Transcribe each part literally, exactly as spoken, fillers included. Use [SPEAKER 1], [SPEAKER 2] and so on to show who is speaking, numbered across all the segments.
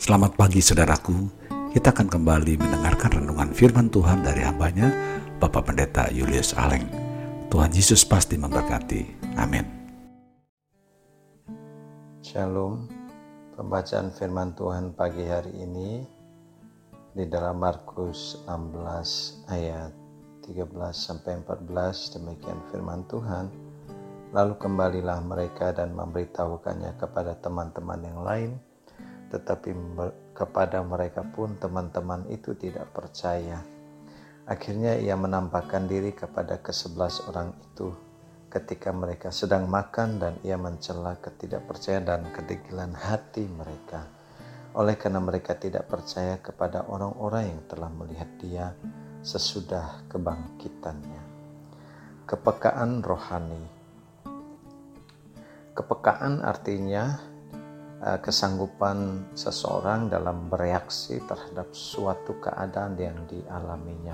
[SPEAKER 1] Selamat pagi saudaraku, kita akan kembali mendengarkan renungan firman Tuhan dari hambanya, Bapak Pendeta Julius Aleng. Tuhan Yesus pasti memberkati. Amin.
[SPEAKER 2] Shalom. Pembacaan firman Tuhan pagi hari ini di dalam Markus enam belas ayat tiga belas sampai empat belas. Demikian firman Tuhan. Lalu kembalilah mereka dan memberitahukannya kepada teman-teman yang lain. Tetapi kepada mereka pun teman-teman itu tidak percaya. Akhirnya ia menampakkan diri kepada kesebelas orang itu ketika mereka sedang makan, dan ia mencela ketidakpercayaan dan kedegilan hati mereka. Oleh karena mereka tidak percaya kepada orang-orang yang telah melihat dia sesudah kebangkitannya. Kepekaan rohani. Kepekaan artinya kesanggupan seseorang dalam bereaksi terhadap suatu keadaan yang dialaminya.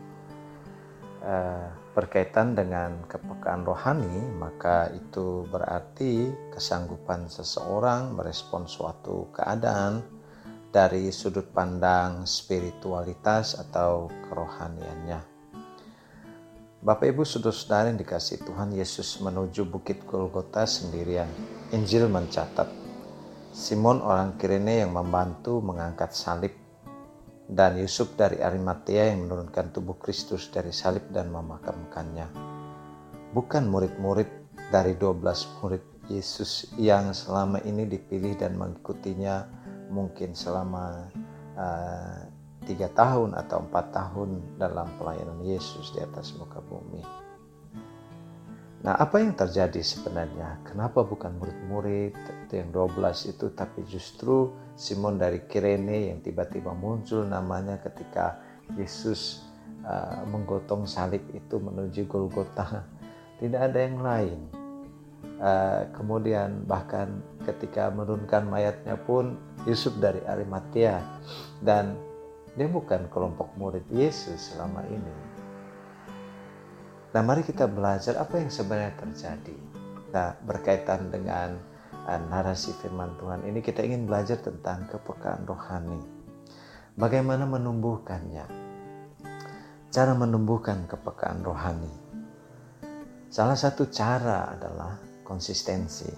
[SPEAKER 2] Berkaitan dengan kepekaan rohani, maka itu berarti kesanggupan seseorang merespon suatu keadaan dari sudut pandang spiritualitas atau kerohaniannya. Bapak Ibu saudara-saudara yang dikasihi Tuhan, Yesus menuju Bukit Golgota sendirian. Injil mencatat Simon orang Kirene yang membantu mengangkat salib, dan Yusuf dari Arimatea yang menurunkan tubuh Kristus dari salib dan memakamkannya. Bukan murid-murid dari dua belas murid Yesus yang selama ini dipilih dan mengikutinya mungkin selama uh, tiga tahun atau empat tahun dalam pelayanan Yesus di atas muka bumi. Nah, apa yang terjadi sebenarnya? Kenapa bukan murid-murid yang dua belas itu, tapi justru Simon dari Kirene yang tiba-tiba muncul namanya ketika Yesus uh, menggotong salib itu menuju Golgota. Tidak ada yang lain. Uh, kemudian bahkan ketika menurunkan mayatnya pun Yusuf dari Arimatea, dan dia bukan kelompok murid Yesus selama ini. Nah, mari kita belajar apa yang sebenarnya terjadi. Nah, berkaitan dengan uh, narasi firman Tuhan ini, kita ingin belajar tentang kepekaan rohani. Bagaimana menumbuhkannya? Cara menumbuhkan kepekaan rohani. Salah satu cara adalah konsistensi.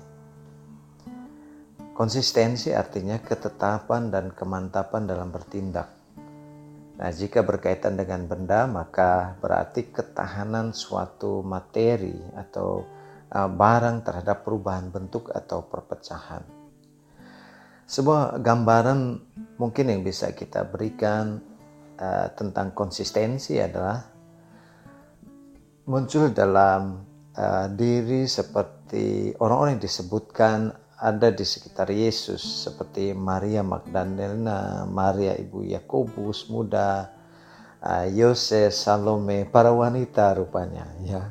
[SPEAKER 2] Konsistensi artinya ketetapan dan kemantapan dalam bertindak. Nah, jika berkaitan dengan benda, maka berarti ketahanan suatu materi atau uh, barang terhadap perubahan bentuk atau perpecahan. Sebuah gambaran mungkin yang bisa kita berikan uh, tentang konsistensi adalah muncul dalam uh, diri seperti orang-orang yang disebutkan ada di sekitar Yesus, seperti Maria Magdalena, Maria ibu Yakobus muda, Yoses, Salome, para wanita rupanya. Ya,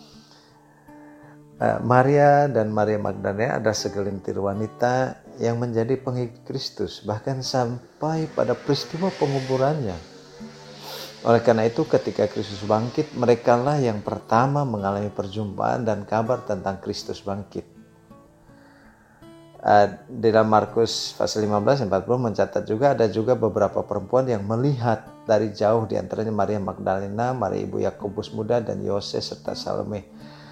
[SPEAKER 2] Maria dan Maria Magdalena ada segelintir wanita yang menjadi pengikut Kristus, bahkan sampai pada peristiwa penguburannya. Oleh karena itu, ketika Kristus bangkit, merekalah yang pertama mengalami perjumpaan dan kabar tentang Kristus bangkit. Uh, di dalam Markus pasal lima belas empat puluh mencatat juga ada juga beberapa perempuan yang melihat dari jauh, di antaranya Maria Magdalena, Maria ibu Yakobus muda, dan Yoses serta Salome.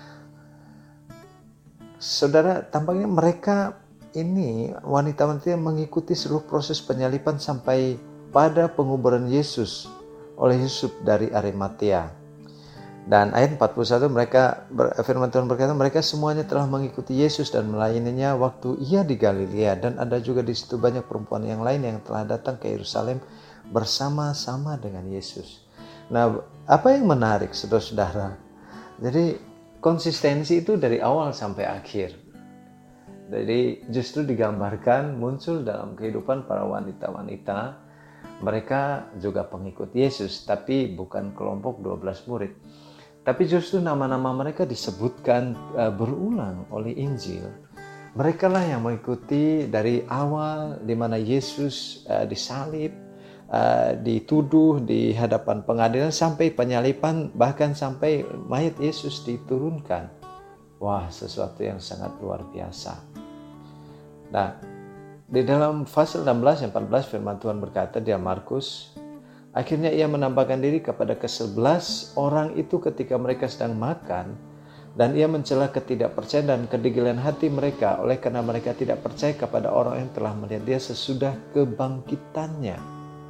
[SPEAKER 2] Saudara, tampaknya mereka ini wanita-wanita yang mengikuti seluruh proses penyaliban sampai pada penguburan Yesus oleh Yusuf dari Arimatea. Dan ayat empat puluh satu, mereka firman Tuhan berkata, mereka semuanya telah mengikuti Yesus dan melayaninya waktu ia di Galilea, dan ada juga di situ banyak perempuan yang lain yang telah datang ke Yerusalem bersama-sama dengan Yesus. Nah, apa yang menarik saudara-saudara? Jadi konsistensi itu dari awal sampai akhir. Jadi justru digambarkan muncul dalam kehidupan para wanita-wanita. Mereka juga pengikut Yesus, tapi bukan kelompok dua belas murid. Tapi justru nama-nama mereka disebutkan uh, berulang oleh Injil. Mereka lah yang mengikuti dari awal di mana Yesus uh, disalib, uh, dituduh di hadapan pengadilan sampai penyaliban, bahkan sampai mayat Yesus diturunkan. Wah, sesuatu yang sangat luar biasa. Nah, Di dalam pasal enam belas dan empat belas firman Tuhan berkata di Markus, akhirnya ia menampakkan diri kepada kesebelas orang itu ketika mereka sedang makan, dan ia mencela ketidakpercayaan dan kedegilan hati mereka oleh karena mereka tidak percaya kepada orang yang telah melihat dia sesudah kebangkitannya.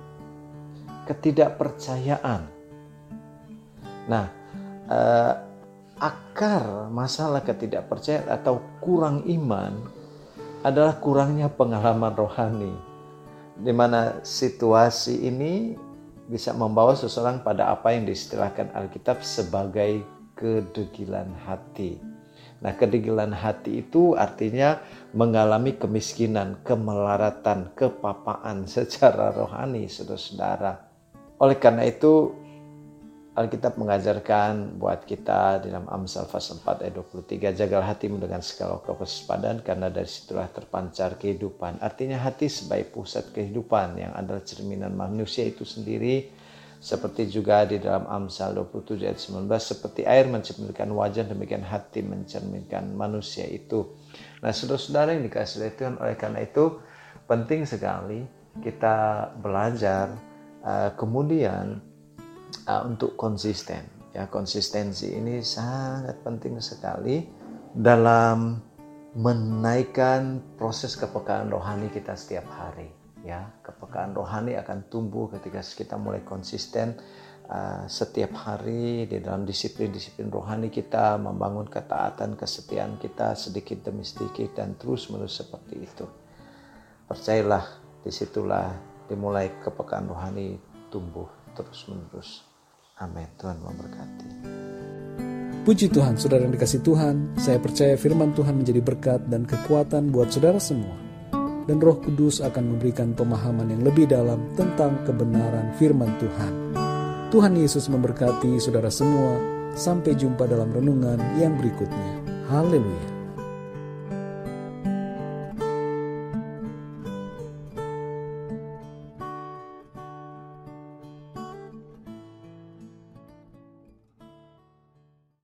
[SPEAKER 2] Ketidakpercayaan. Nah, eh, akar masalah ketidakpercayaan atau kurang iman adalah kurangnya pengalaman rohani, di mana situasi ini bisa membawa seseorang pada apa yang diistilahkan Alkitab sebagai kedegilan hati. Nah, kedegilan hati itu artinya mengalami kemiskinan, kemelaratan, kepapaan secara rohani, saudara-saudara. Oleh karena itu, Alkitab mengajarkan buat kita di dalam Amsal pasal empat ayat dua puluh tiga, jagalah hatimu dengan segala kewaspadaan karena dari situlah terpancar kehidupan. Artinya hati sebagai pusat kehidupan yang adalah cerminan manusia itu sendiri. Seperti juga di dalam Amsal dua puluh tujuh ayat sembilan belas, seperti air mencerminkan wajah, demikian hati mencerminkan manusia itu. Nah, saudara-saudara yang dikasihi oleh Tuhan, oleh karena itu penting sekali kita belajar uh, kemudian Uh, untuk konsisten, ya, konsistensi ini sangat penting sekali dalam menaikkan proses kepekaan rohani kita setiap hari, ya. Kepekaan rohani akan tumbuh ketika kita mulai konsisten uh, setiap hari di dalam disiplin-disiplin rohani kita, membangun ketaatan, kesetiaan kita sedikit demi sedikit dan terus-menerus seperti itu. Percayalah, disitulah dimulai kepekaan rohani tumbuh terus-menerus. Amin. Tuhan memberkati.
[SPEAKER 3] Puji Tuhan, saudara yang dikasih Tuhan, saya percaya firman Tuhan menjadi berkat dan kekuatan buat saudara semua. Dan Roh Kudus akan memberikan pemahaman yang lebih dalam tentang kebenaran firman Tuhan. Tuhan Yesus memberkati saudara semua. Sampai jumpa dalam renungan yang berikutnya. Haleluya.